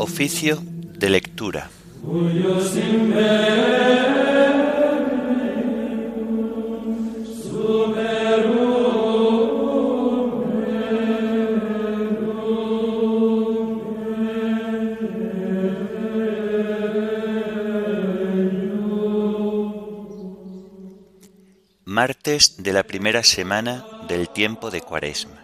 Oficio de lectura. Martes de la primera semana del tiempo de Cuaresma.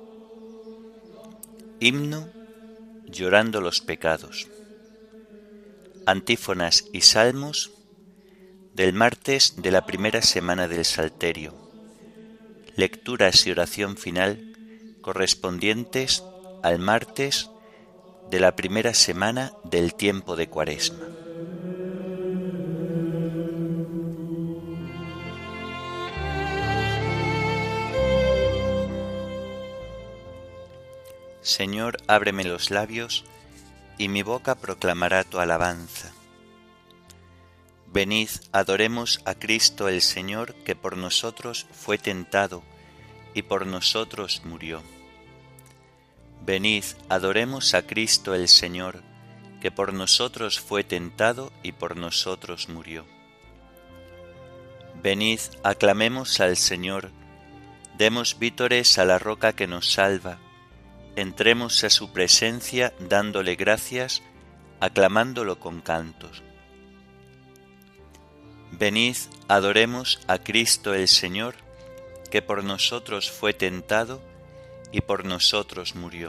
Himno llorando los pecados. Antífonas y salmos del martes de la primera semana del Salterio. Lecturas y oración final correspondientes al martes de la primera semana del tiempo de Cuaresma. Señor, ábreme los labios, y mi boca proclamará tu alabanza. Venid, adoremos a Cristo el Señor, que por nosotros fue tentado y por nosotros murió. Venid, adoremos a Cristo el Señor, que por nosotros fue tentado y por nosotros murió. Venid, aclamemos al Señor, demos vítores a la roca que nos salva. Entremos a su presencia dándole gracias, aclamándolo con cantos. Venid, adoremos a Cristo el Señor, que por nosotros fue tentado y por nosotros murió.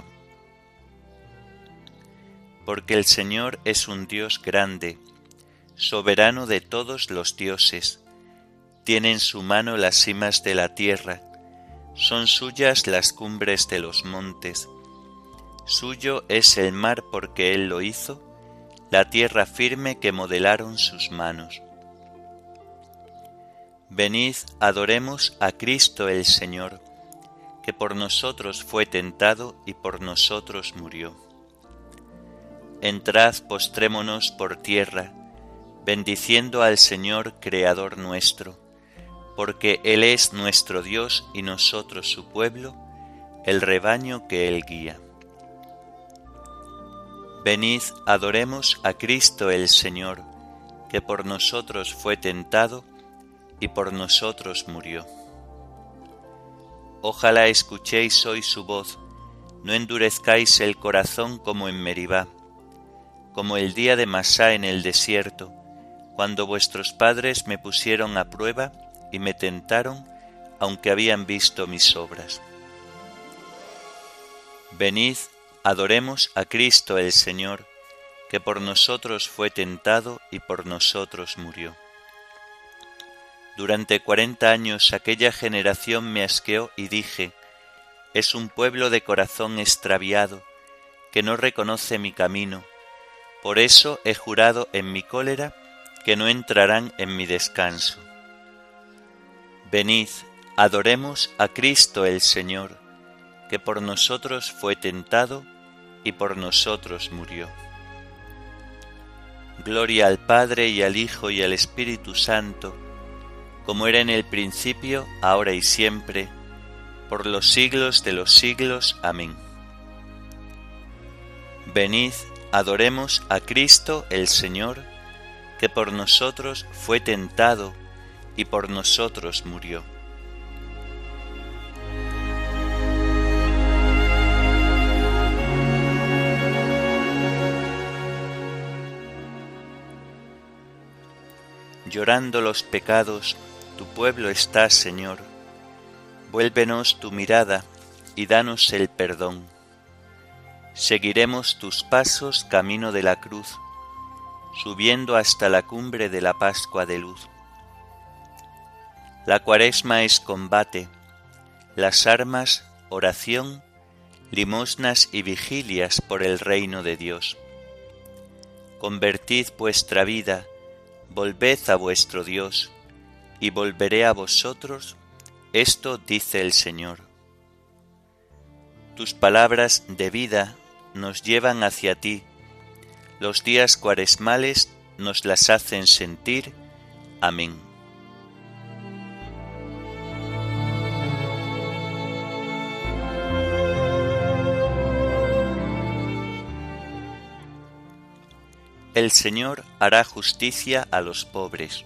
Porque el Señor es un Dios grande, soberano de todos los dioses. Tiene en su mano las cimas de la tierra, son suyas las cumbres de los montes. Suyo es el mar porque Él lo hizo, la tierra firme que modelaron sus manos. Venid, adoremos a Cristo el Señor, que por nosotros fue tentado y por nosotros murió. Entrad, postrémonos por tierra, bendiciendo al Señor, Creador nuestro, porque Él es nuestro Dios y nosotros su pueblo, el rebaño que Él guía. Venid, adoremos a Cristo el Señor, que por nosotros fue tentado y por nosotros murió. Ojalá escuchéis hoy su voz, no endurezcáis el corazón como en Meribá, como el día de Masá en el desierto, cuando vuestros padres me pusieron a prueba y me tentaron, aunque habían visto mis obras. Venid, adoremos a Cristo el Señor, que por nosotros fue tentado y por nosotros murió. Durante 40 años aquella generación me asqueó y dije, es un pueblo de corazón extraviado, que no reconoce mi camino. Por eso he jurado en mi cólera que no entrarán en mi descanso. Venid, adoremos a Cristo el Señor, que por nosotros fue tentado y por nosotros murió. Gloria al Padre y al Hijo y al Espíritu Santo, como era en el principio, ahora y siempre, por los siglos de los siglos. Amén. Venid, adoremos a Cristo el Señor, que por nosotros fue tentado y por nosotros murió. Llorando los pecados, tu pueblo está, Señor. Vuélvenos tu mirada y danos el perdón. Seguiremos tus pasos camino de la cruz, subiendo hasta la cumbre de la Pascua de luz. La Cuaresma es combate, las armas, oración, limosnas y vigilias por el reino de Dios. Convertid vuestra vida, volved a vuestro Dios, y volveré a vosotros, esto dice el Señor. Tus palabras de vida nos llevan hacia ti, los días cuaresmales nos las hacen sentir. Amén. El Señor hará justicia a los pobres.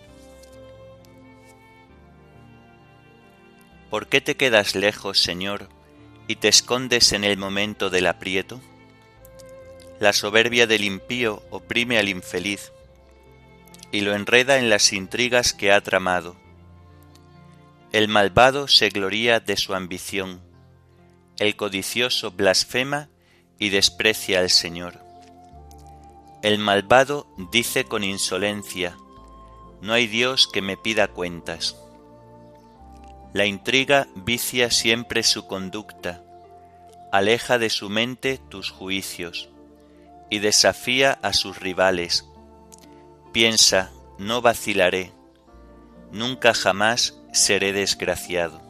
¿Por qué te quedas lejos, Señor, y te escondes en el momento del aprieto? La soberbia del impío oprime al infeliz y lo enreda en las intrigas que ha tramado. El malvado se gloría de su ambición, el codicioso blasfema y desprecia al Señor. El malvado dice con insolencia: no hay Dios que me pida cuentas. La intriga vicia siempre su conducta, aleja de su mente tus juicios y desafía a sus rivales. Piensa: no vacilaré, nunca jamás seré desgraciado.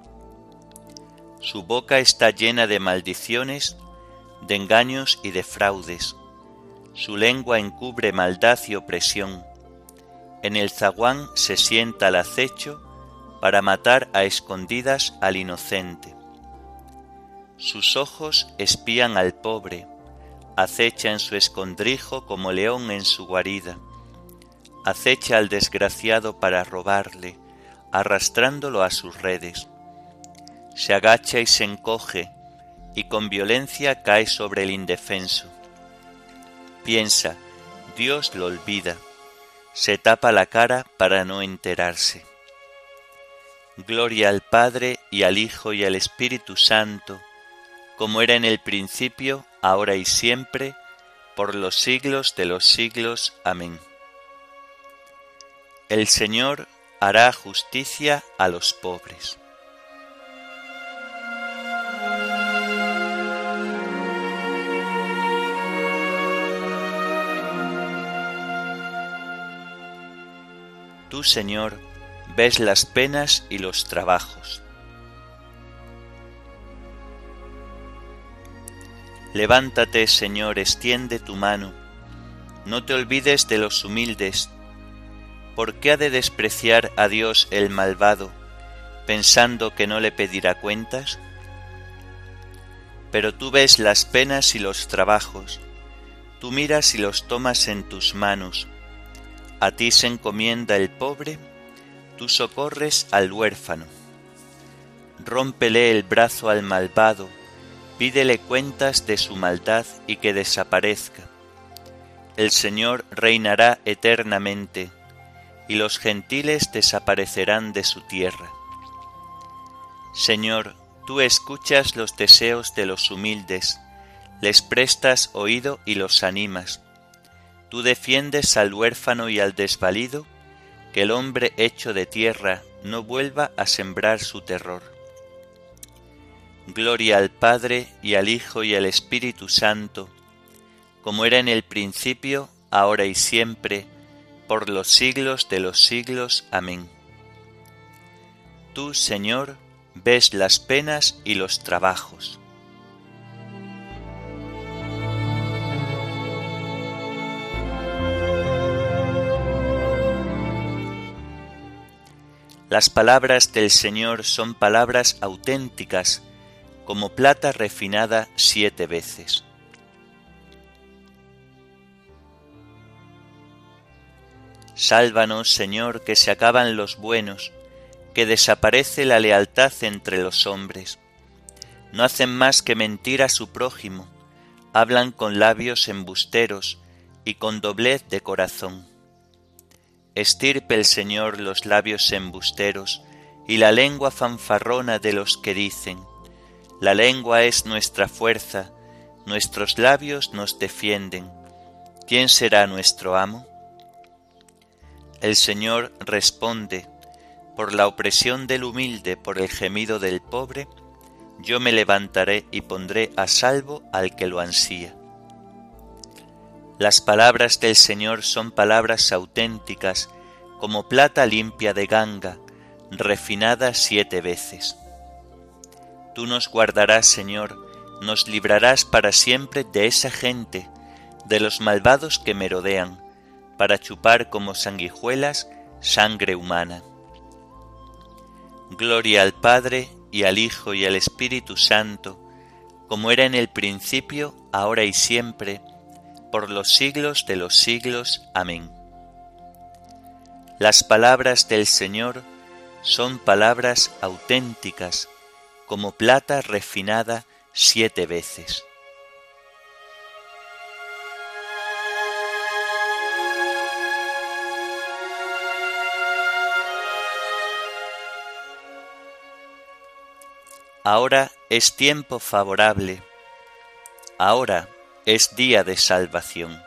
Su boca está llena de maldiciones, de engaños y de fraudes. Su lengua encubre maldad y opresión. En el zaguán se sienta al acecho para matar a escondidas al inocente. Sus ojos espían al pobre, acecha en su escondrijo como león en su guarida. Acecha al desgraciado para robarle, arrastrándolo a sus redes. Se agacha y se encoge, y con violencia cae sobre el indefenso. Piensa: Dios lo olvida. Se tapa la cara para no enterarse. Gloria al Padre, y al Hijo, y al Espíritu Santo, como era en el principio, ahora y siempre, por los siglos de los siglos. Amén. El Señor hará justicia a los pobres. Tú, Señor, ves las penas y los trabajos. Levántate, Señor, extiende tu mano. No te olvides de los humildes. ¿Por qué ha de despreciar a Dios el malvado, pensando que no le pedirá cuentas? Pero tú ves las penas y los trabajos. Tú miras y los tomas en tus manos. A ti se encomienda el pobre, tú socorres al huérfano. Rómpele el brazo al malvado, pídele cuentas de su maldad y que desaparezca. El Señor reinará eternamente, y los gentiles desaparecerán de su tierra. Señor, tú escuchas los deseos de los humildes, les prestas oído y los animas. Tú defiendes al huérfano y al desvalido, que el hombre hecho de tierra no vuelva a sembrar su terror. Gloria al Padre, y al Hijo, y al Espíritu Santo, como era en el principio, ahora y siempre, por los siglos de los siglos. Amén. Tú, Señor, ves las penas y los trabajos. Las palabras del Señor son palabras auténticas, como plata refinada 7 veces. Sálvanos, Señor, que se acaban los buenos, que desaparece la lealtad entre los hombres. No hacen más que mentir a su prójimo, hablan con labios embusteros y con doblez de corazón. Estirpe el Señor los labios embusteros y la lengua fanfarrona de los que dicen: la lengua es nuestra fuerza, nuestros labios nos defienden. ¿Quién será nuestro amo? El Señor responde: por la opresión del humilde, por el gemido del pobre, yo me levantaré y pondré a salvo al que lo ansía. Las palabras del Señor son palabras auténticas, como plata limpia de ganga, refinada 7 veces. Tú nos guardarás, Señor, nos librarás para siempre de esa gente, de los malvados que merodean, para chupar como sanguijuelas sangre humana. Gloria al Padre, y al Hijo, y al Espíritu Santo, como era en el principio, ahora y siempre, por los siglos de los siglos. Amén. Las palabras del Señor son palabras auténticas, como plata refinada 7 veces. Ahora es tiempo favorable, ahora es día de salvación.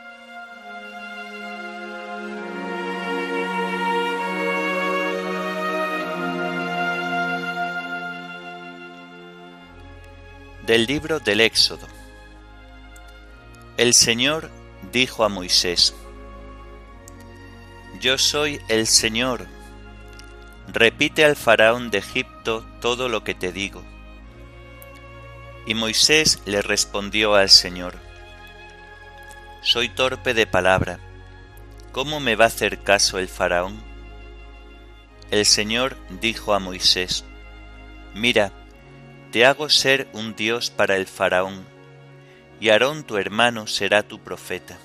Del libro del Éxodo. El Señor dijo a Moisés: Yo soy el Señor. Repite al faraón de Egipto todo lo que te digo. Y Moisés le respondió al Señor: Soy torpe de palabra, ¿cómo me va a hacer caso el faraón? El Señor dijo a Moisés: Mira, te hago ser un Dios para el faraón, y Aarón tu hermano será tu profeta.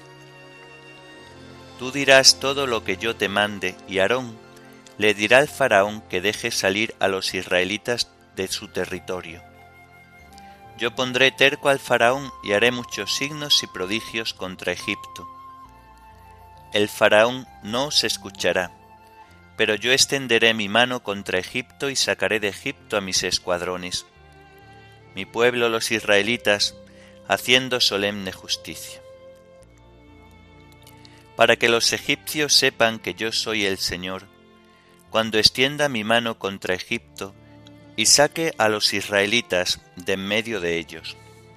Tú dirás todo lo que yo te mande, y Aarón le dirá al faraón que deje salir a los israelitas de su territorio. Yo pondré terco al faraón y haré muchos signos y prodigios contra Egipto. El faraón no os escuchará, pero yo extenderé mi mano contra Egipto y sacaré de Egipto a mis escuadrones, mi pueblo los israelitas, haciendo solemne justicia. Para que los egipcios sepan que yo soy el Señor, cuando extienda mi mano contra Egipto y saque a los israelitas de en medio de ellos.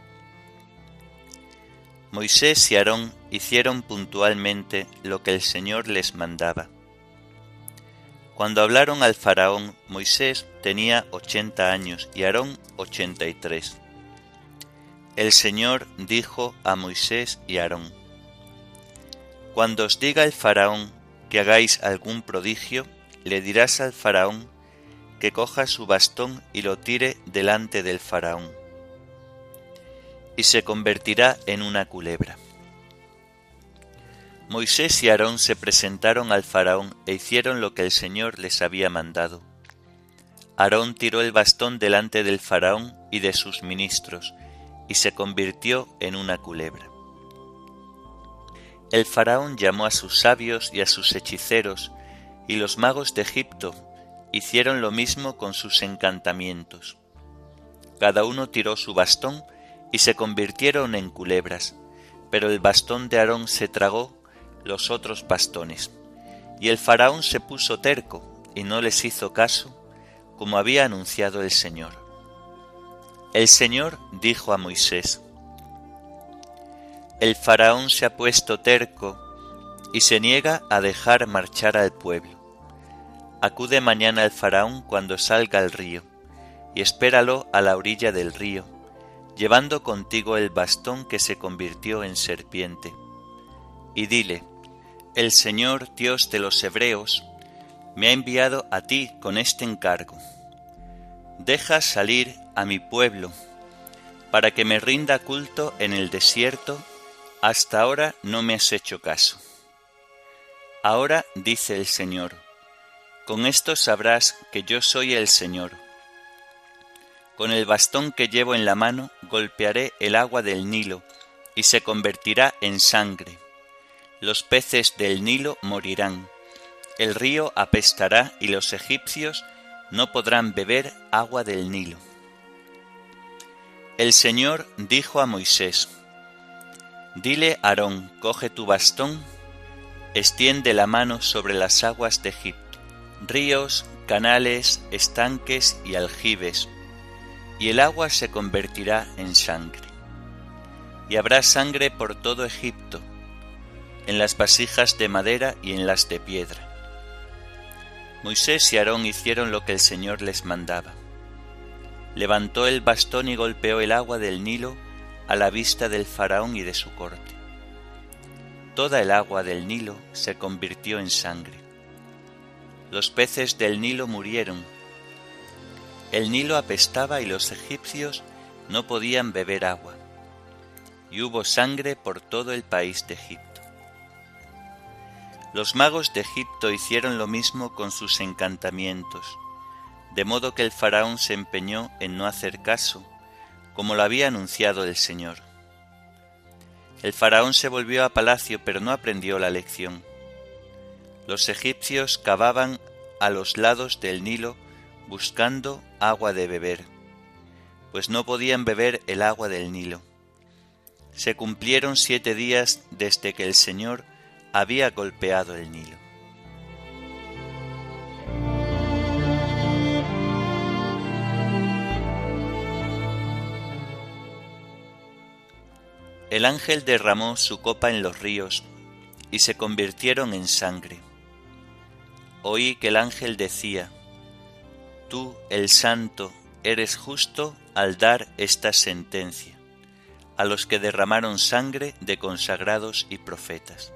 Moisés y Aarón hicieron puntualmente lo que el Señor les mandaba. Cuando hablaron al faraón, Moisés tenía 80 años y Aarón 83. El Señor dijo a Moisés y a Aarón: Cuando os diga el faraón que hagáis algún prodigio, le dirás al faraón que coja su bastón y lo tire delante del faraón, y se convertirá en una culebra. Moisés y Aarón se presentaron al faraón e hicieron lo que el Señor les había mandado. Aarón tiró el bastón delante del faraón y de sus ministros, y se convirtió en una culebra. El faraón llamó a sus sabios y a sus hechiceros, y los magos de Egipto hicieron lo mismo con sus encantamientos. Cada uno tiró su bastón y se convirtieron en culebras, pero el bastón de Aarón se tragó los otros bastones, y el faraón se puso terco y no les hizo caso, como había anunciado el Señor. El Señor dijo a Moisés: El faraón se ha puesto terco y se niega a dejar marchar al pueblo. Acude mañana al faraón cuando salga al río, y espéralo a la orilla del río, llevando contigo el bastón que se convirtió en serpiente. Y dile: El Señor, Dios de los hebreos, me ha enviado a ti con este encargo. Deja salir a mi pueblo, para que me rinda culto en el desierto. Hasta ahora no me has hecho caso. Ahora dice el Señor: Con esto sabrás que yo soy el Señor. Con el bastón que llevo en la mano golpearé el agua del Nilo, y se convertirá en sangre. Los peces del Nilo morirán, el río apestará y los egipcios no podrán beber agua del Nilo. El Señor dijo a Moisés: Dile a Aarón: coge tu bastón, extiende la mano sobre las aguas de Egipto, ríos, canales, estanques y aljibes, y el agua se convertirá en sangre. Y habrá sangre por todo Egipto, en las vasijas de madera y en las de piedra. Moisés y Aarón hicieron lo que el Señor les mandaba. Levantó el bastón y golpeó el agua del Nilo a la vista del faraón y de su corte. Toda el agua del Nilo se convirtió en sangre. Los peces del Nilo murieron. El Nilo apestaba y los egipcios no podían beber agua. y hubo sangre por todo el país de Egipto. Los magos de Egipto hicieron lo mismo con sus encantamientos, de modo que el faraón se empeñó en no hacer caso, como lo había anunciado el Señor. El faraón se volvió a palacio, pero no aprendió la lección. Los egipcios cavaban a los lados del Nilo buscando agua de beber, pues no podían beber el agua del Nilo. Se cumplieron 7 días desde que el Señor había golpeado el Nilo. El ángel derramó su copa en los ríos y se convirtieron en sangre. Oí que el ángel decía: Tú, el Santo, eres justo al dar esta sentencia a los que derramaron sangre de consagrados y profetas.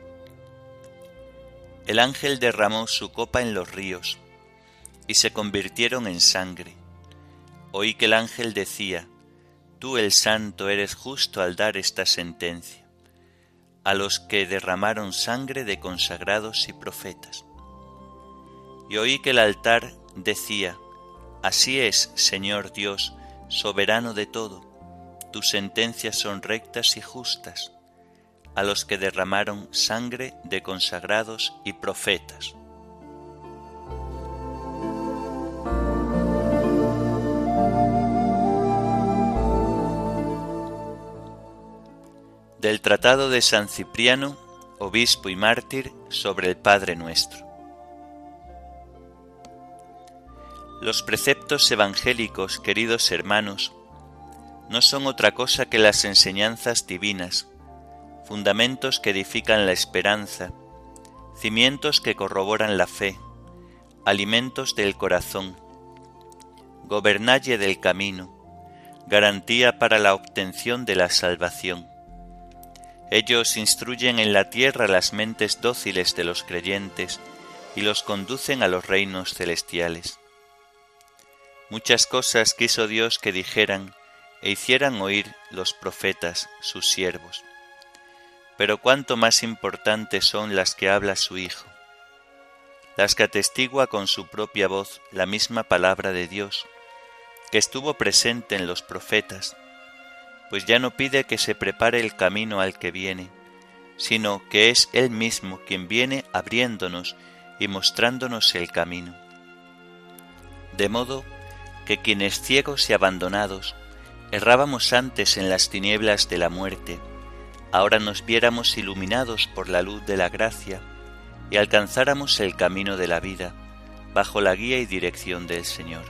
El ángel derramó su copa en los ríos y se convirtieron en sangre. Oí que el ángel decía: Tú, el Santo, eres justo al dar esta sentencia a los que derramaron sangre de consagrados y profetas. Y oí que el altar decía: Así es, Señor Dios, soberano de todo, tus sentencias son rectas y justas, a los que derramaron sangre de consagrados y profetas. Del Tratado de San Cipriano, obispo y mártir, sobre el Padre Nuestro. Los preceptos evangélicos, queridos hermanos, no son otra cosa que las enseñanzas divinas, fundamentos que edifican la esperanza, cimientos que corroboran la fe, alimentos del corazón, gobernalle del camino, garantía para la obtención de la salvación. Ellos instruyen en la tierra las mentes dóciles de los creyentes y los conducen a los reinos celestiales. Muchas cosas quiso Dios que dijeran e hicieran oír los profetas, sus siervos. Pero cuánto más importantes son las que habla su Hijo, las que atestigua con su propia voz la misma palabra de Dios, que estuvo presente en los profetas, pues ya no pide que se prepare el camino al que viene, sino que es Él mismo quien viene abriéndonos y mostrándonos el camino. De modo que quienes ciegos y abandonados errábamos antes en las tinieblas de la muerte, ahora nos viéramos iluminados por la luz de la gracia y alcanzáramos el camino de la vida bajo la guía y dirección del Señor,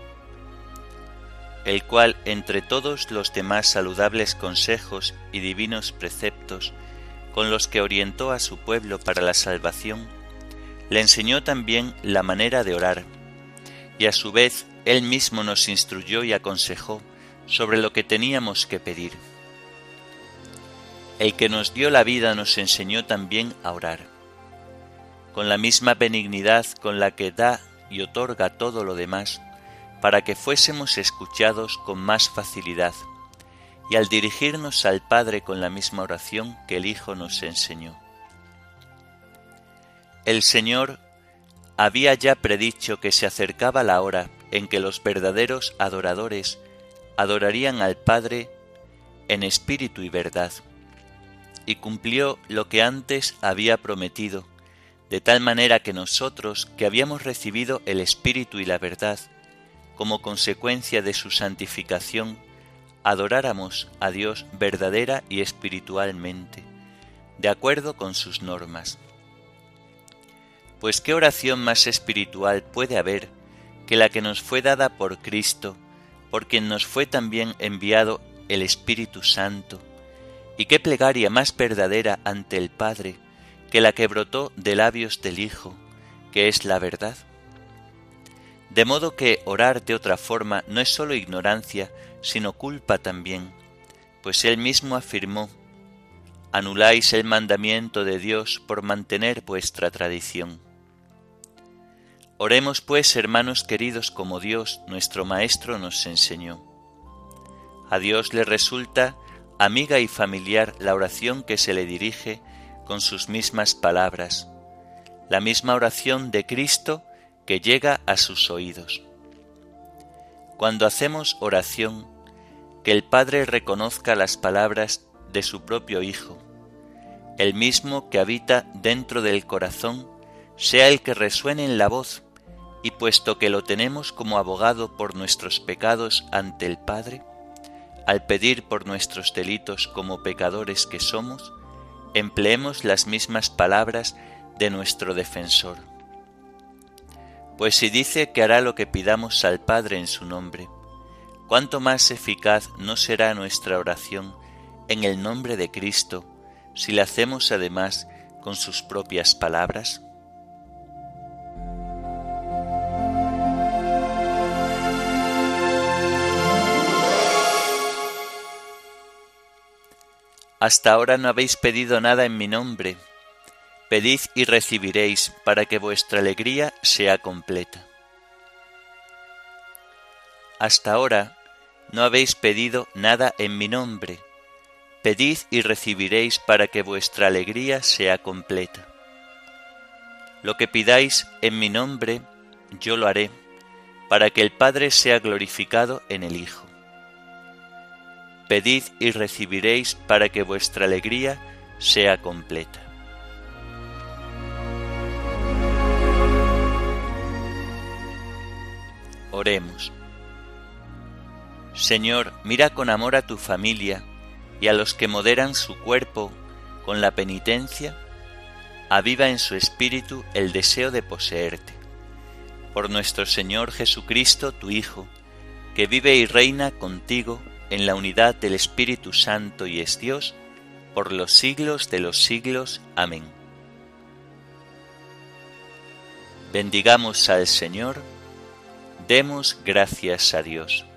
el cual, entre todos los demás saludables consejos y divinos preceptos con los que orientó a su pueblo para la salvación, le enseñó también la manera de orar, y a su vez Él mismo nos instruyó y aconsejó sobre lo que teníamos que pedir. El que nos dio la vida nos enseñó también a orar, con la misma benignidad con la que da y otorga todo lo demás, para que fuésemos escuchados con más facilidad, y al dirigirnos al Padre con la misma oración que el Hijo nos enseñó. El Señor había ya predicho que se acercaba la hora en que los verdaderos adoradores adorarían al Padre en espíritu y verdad, y cumplió lo que antes había prometido, de tal manera que nosotros, que habíamos recibido el Espíritu y la verdad, como consecuencia de su santificación, adoráramos a Dios verdadera y espiritualmente, de acuerdo con sus normas. Pues ¿qué oración más espiritual puede haber que la que nos fue dada por Cristo, por quien nos fue también enviado el Espíritu Santo? ¿Y qué plegaria más verdadera ante el Padre que la que brotó de labios del Hijo, que es la verdad? De modo que orar de otra forma no es sólo ignorancia, sino culpa también, pues Él mismo afirmó: anuláis el mandamiento de Dios por mantener vuestra tradición. Oremos pues, hermanos queridos, como Dios, nuestro Maestro, nos enseñó. A Dios le resulta amiga y familiar la oración que se le dirige con sus mismas palabras, la misma oración de Cristo que llega a sus oídos. Cuando hacemos oración, que el Padre reconozca las palabras de su propio Hijo, el mismo que habita dentro del corazón, sea el que resuene en la voz, y puesto que lo tenemos como abogado por nuestros pecados ante el Padre, al pedir por nuestros delitos como pecadores que somos, empleemos las mismas palabras de nuestro defensor. Pues si dice que hará lo que pidamos al Padre en su nombre, ¿cuánto más eficaz no será nuestra oración en el nombre de Cristo si la hacemos además con sus propias palabras? Hasta ahora no habéis pedido nada en mi nombre. Pedid y recibiréis para que vuestra alegría sea completa. Hasta ahora no habéis pedido nada en mi nombre. Pedid y recibiréis para que vuestra alegría sea completa. Lo que pidáis en mi nombre, yo lo haré, para que el Padre sea glorificado en el Hijo. Pedid y recibiréis para que vuestra alegría sea completa. Oremos. Señor, mira con amor a tu familia y a los que moderan su cuerpo con la penitencia, aviva en su espíritu el deseo de poseerte. Por nuestro Señor Jesucristo, tu Hijo, que vive y reina contigo en la unidad del Espíritu Santo y es Dios, por los siglos de los siglos. Amén. Bendigamos al Señor, demos gracias a Dios.